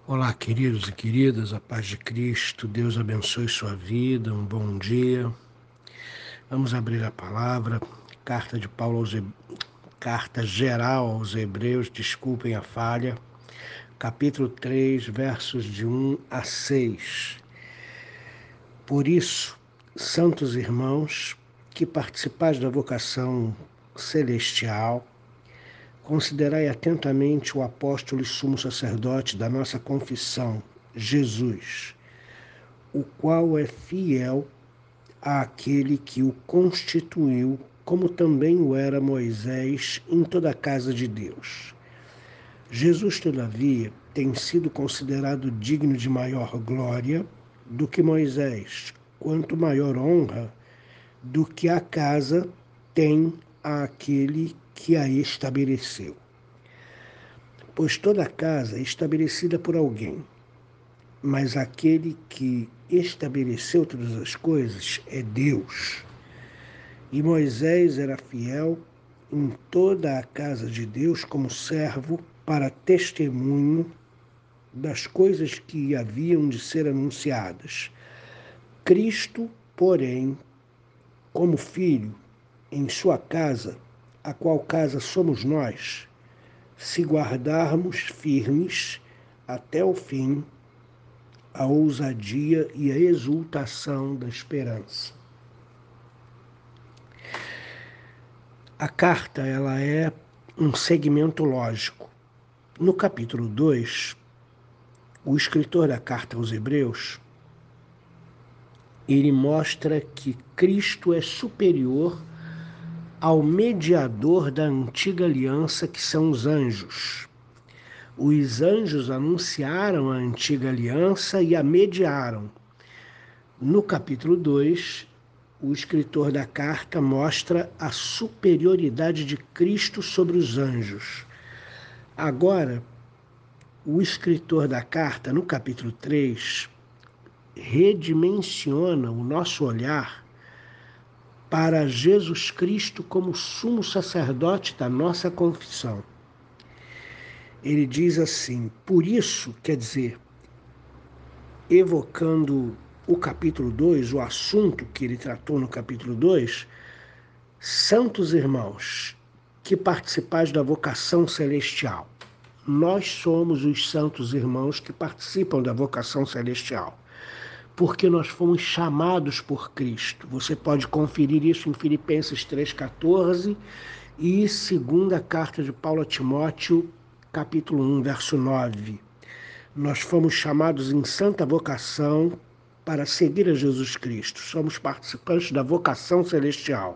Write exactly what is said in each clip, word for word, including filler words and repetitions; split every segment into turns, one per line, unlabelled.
Olá, queridos e queridas, a paz de Cristo, Deus abençoe sua vida, um bom dia. Vamos abrir a palavra, carta de Paulo aos He... carta geral aos Hebreus, desculpem a falha, capítulo três, versos de um a seis. Por isso, santos irmãos, que participais da vocação celestial, considerai atentamente o apóstolo e sumo sacerdote da nossa confissão, Jesus, o qual é fiel àquele que o constituiu, como também o era Moisés em toda a casa de Deus. Jesus, todavia, tem sido considerado digno de maior glória do que Moisés, quanto maior honra do que a casa tem àquele que a estabeleceu. Pois toda casa é estabelecida por alguém, mas aquele que estabeleceu todas as coisas é Deus. E Moisés era fiel em toda a casa de Deus como servo para testemunho das coisas que haviam de ser anunciadas. Cristo, porém, como filho em sua casa, a qual casa somos nós, se guardarmos firmes até o fim a ousadia e a exultação da esperança. A carta, ela é um segmento lógico. No capítulo dois, o escritor da carta aos Hebreus, ele mostra que Cristo é superior ao mediador da antiga aliança, que são os anjos. Os anjos anunciaram a antiga aliança e a mediaram. No capítulo dois, o escritor da carta mostra a superioridade de Cristo sobre os anjos. Agora, o escritor da carta, no capítulo três, redimensiona o nosso olhar para Jesus Cristo como sumo sacerdote da nossa confissão. Ele diz assim: por isso, quer dizer, evocando o capítulo dois, o assunto que ele tratou no capítulo dois, santos irmãos, que participais da vocação celestial. Nós somos os santos irmãos que participam da vocação celestial, porque nós fomos chamados por Cristo. Você pode conferir isso em Filipenses três, quatorze e segunda carta de Paulo a Timóteo, capítulo um, verso nove. Nós fomos chamados em santa vocação para seguir a Jesus Cristo. Somos participantes da vocação celestial.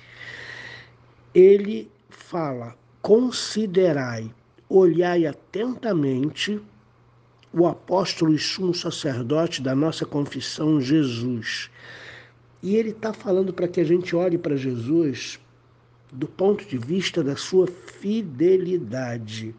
Ele fala: considerai, olhai atentamente o apóstolo e sumo sacerdote da nossa confissão, Jesus. E ele está falando para que a gente olhe para Jesus do ponto de vista da sua fidelidade.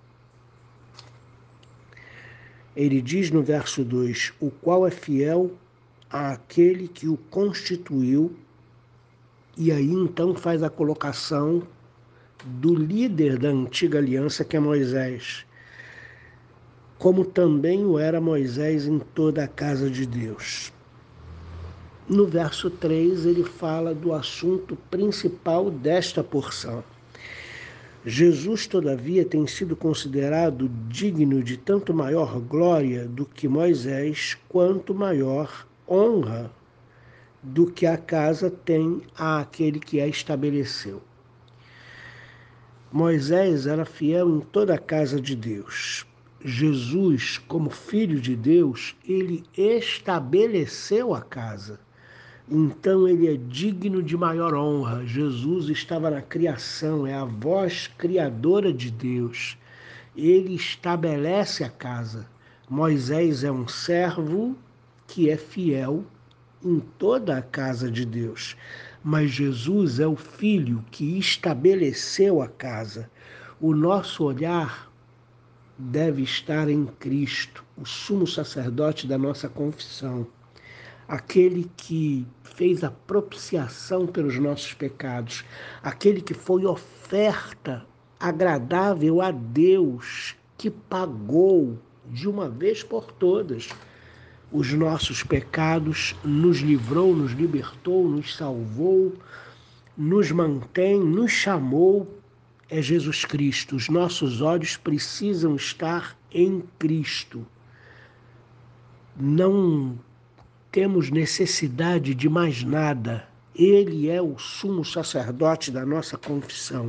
Ele diz no verso dois, o qual é fiel àquele que o constituiu, e aí então faz a colocação do líder da antiga aliança, que é Moisés, como também o era Moisés em toda a casa de Deus. No verso três, ele fala do assunto principal desta porção. Jesus, todavia, tem sido considerado digno de tanto maior glória do que Moisés, quanto maior honra do que a casa tem àquele que a estabeleceu. Moisés era fiel em toda a casa de Deus. Jesus, como filho de Deus, ele estabeleceu a casa. Então ele é digno de maior honra. Jesus estava na criação, é a voz criadora de Deus. Ele estabelece a casa. Moisés é um servo que é fiel em toda a casa de Deus. Mas Jesus é o Filho que estabeleceu a casa. O nosso olhar deve estar em Cristo, o sumo sacerdote da nossa confissão. Aquele que fez a propiciação pelos nossos pecados, aquele que foi oferta agradável a Deus, que pagou de uma vez por todas os nossos pecados, nos livrou, nos libertou, nos salvou, nos mantém, nos chamou. É Jesus Cristo. Os nossos olhos precisam estar em Cristo. Não temos necessidade de mais nada. Ele é o sumo sacerdote da nossa confissão.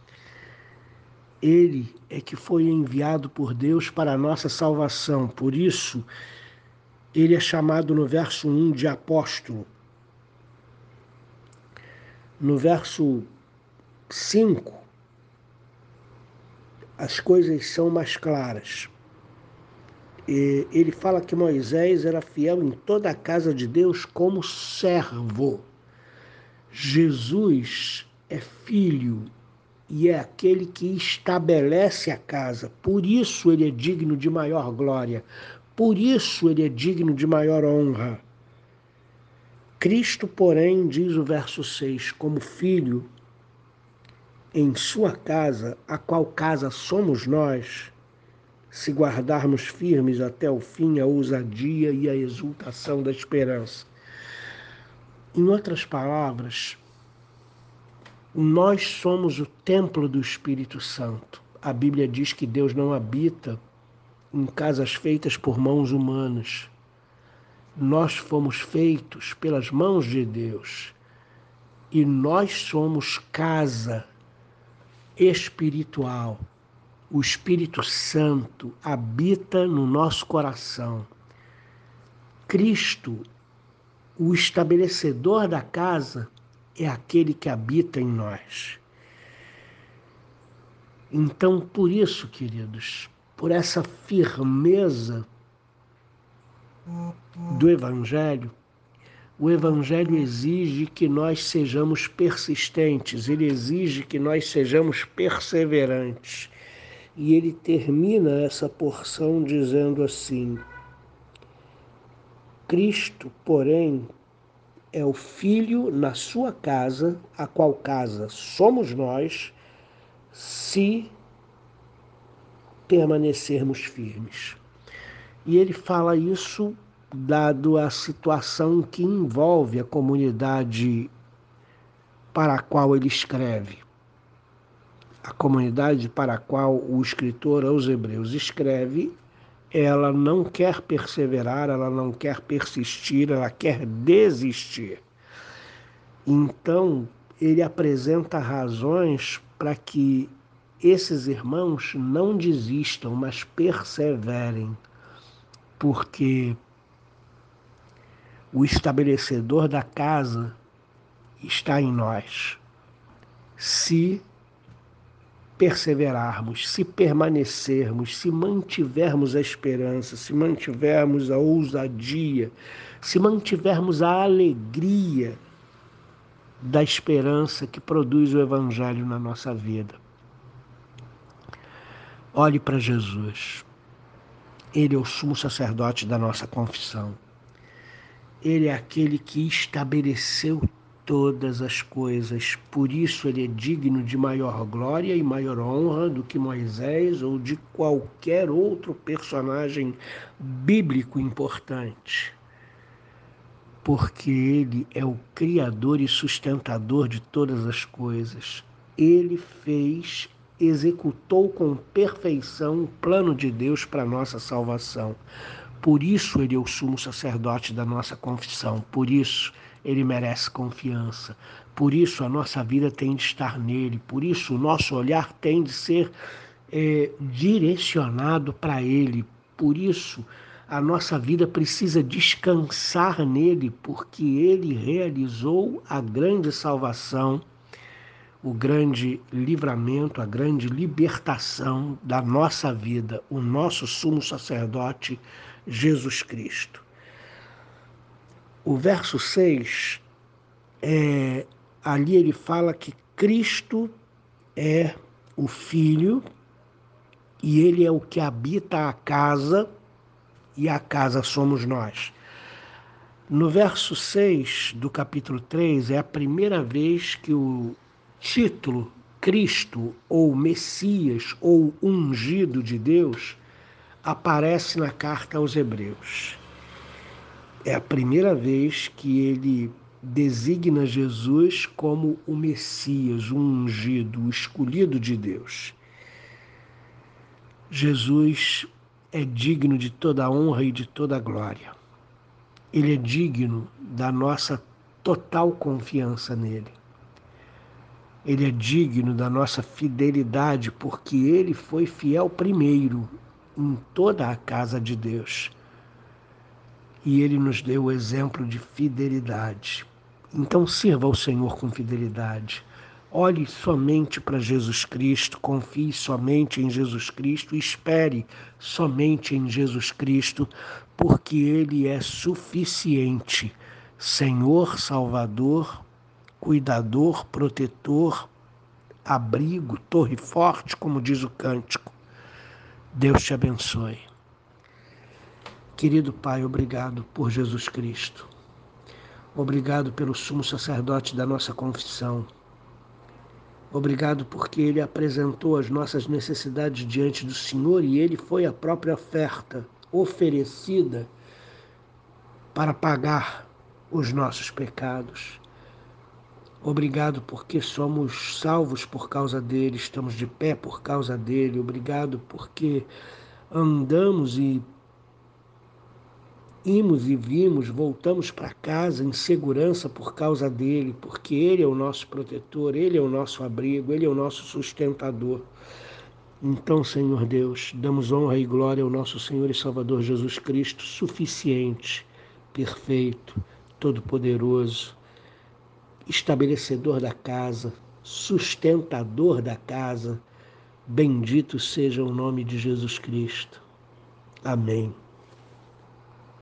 Ele é que foi enviado por Deus para a nossa salvação. Por isso, ele é chamado no verso um de apóstolo. No verso cinco, as coisas são mais claras. E ele fala que Moisés era fiel em toda a casa de Deus como servo. Jesus é filho e é aquele que estabelece a casa. Por isso ele é digno de maior glória. Por isso ele é digno de maior honra. Cristo, porém, diz o verso seis, como filho em sua casa, a qual casa somos nós, se guardarmos firmes até o fim a ousadia e a exultação da esperança. Em outras palavras, nós somos o templo do Espírito Santo. A Bíblia diz que Deus não habita em casas feitas por mãos humanas. Nós fomos feitos pelas mãos de Deus e nós somos casa espiritual. O Espírito Santo habita no nosso coração. Cristo, o estabelecedor da casa, é aquele que habita em nós. Então, por isso, queridos, por essa firmeza do Evangelho, o Evangelho exige que nós sejamos persistentes, ele exige que nós sejamos perseverantes. E ele termina essa porção dizendo assim: Cristo, porém, é o Filho na sua casa, a qual casa somos nós, se permanecermos firmes. E ele fala isso dado a situação que envolve a comunidade para a qual ele escreve. A comunidade para a qual o escritor aos Hebreus escreve, ela não quer perseverar, ela não quer persistir, ela quer desistir. Então, ele apresenta razões para que esses irmãos não desistam, mas perseverem, porque o estabelecedor da casa está em nós. Se perseverarmos, se permanecermos, se mantivermos a esperança, se mantivermos a ousadia, se mantivermos a alegria da esperança que produz o Evangelho na nossa vida. Olhe para Jesus. Ele é o sumo sacerdote da nossa confissão. Ele é aquele que estabeleceu todas as coisas. Por isso ele é digno de maior glória e maior honra do que Moisés ou de qualquer outro personagem bíblico importante. Porque ele é o criador e sustentador de todas as coisas. Ele fez, executou com perfeição o plano de Deus para a nossa salvação. Por isso ele é o sumo sacerdote da nossa confissão. Por isso ele merece confiança. Por isso a nossa vida tem de estar nele. Por isso o nosso olhar tem de ser é, direcionado para ele. Por isso a nossa vida precisa descansar nele, porque ele realizou a grande salvação, o grande livramento, a grande libertação da nossa vida, o nosso sumo sacerdote, Jesus Cristo. O verso seis, é, ali ele fala que Cristo é o Filho e ele é o que habita a casa e a casa somos nós. No verso seis do capítulo três é a primeira vez que o título Cristo ou Messias ou ungido de Deus aparece na carta aos Hebreus. É a primeira vez que ele designa Jesus como o Messias, o ungido, o escolhido de Deus. Jesus é digno de toda a honra e de toda a glória. Ele é digno da nossa total confiança nele. Ele é digno da nossa fidelidade, porque ele foi fiel primeiro em toda a casa de Deus. E ele nos deu o exemplo de fidelidade. Então sirva ao Senhor com fidelidade. Olhe somente para Jesus Cristo, confie somente em Jesus Cristo, espere somente em Jesus Cristo, porque Ele é suficiente. Senhor, Salvador, cuidador, protetor, abrigo, torre forte, como diz o cântico. Deus te abençoe. Querido Pai, obrigado por Jesus Cristo. Obrigado pelo sumo sacerdote da nossa confissão. Obrigado porque ele apresentou as nossas necessidades diante do Senhor e ele foi a própria oferta oferecida para pagar os nossos pecados. Obrigado porque somos salvos por causa dele, estamos de pé por causa dele. Obrigado porque andamos e Imos e vimos, voltamos para casa em segurança por causa dele, porque ele é o nosso protetor, ele é o nosso abrigo, ele é o nosso sustentador. Então, Senhor Deus, damos honra e glória ao nosso Senhor e Salvador Jesus Cristo, suficiente, perfeito, todo-poderoso, estabelecedor da casa, sustentador da casa. Bendito seja o nome de Jesus Cristo. Amém.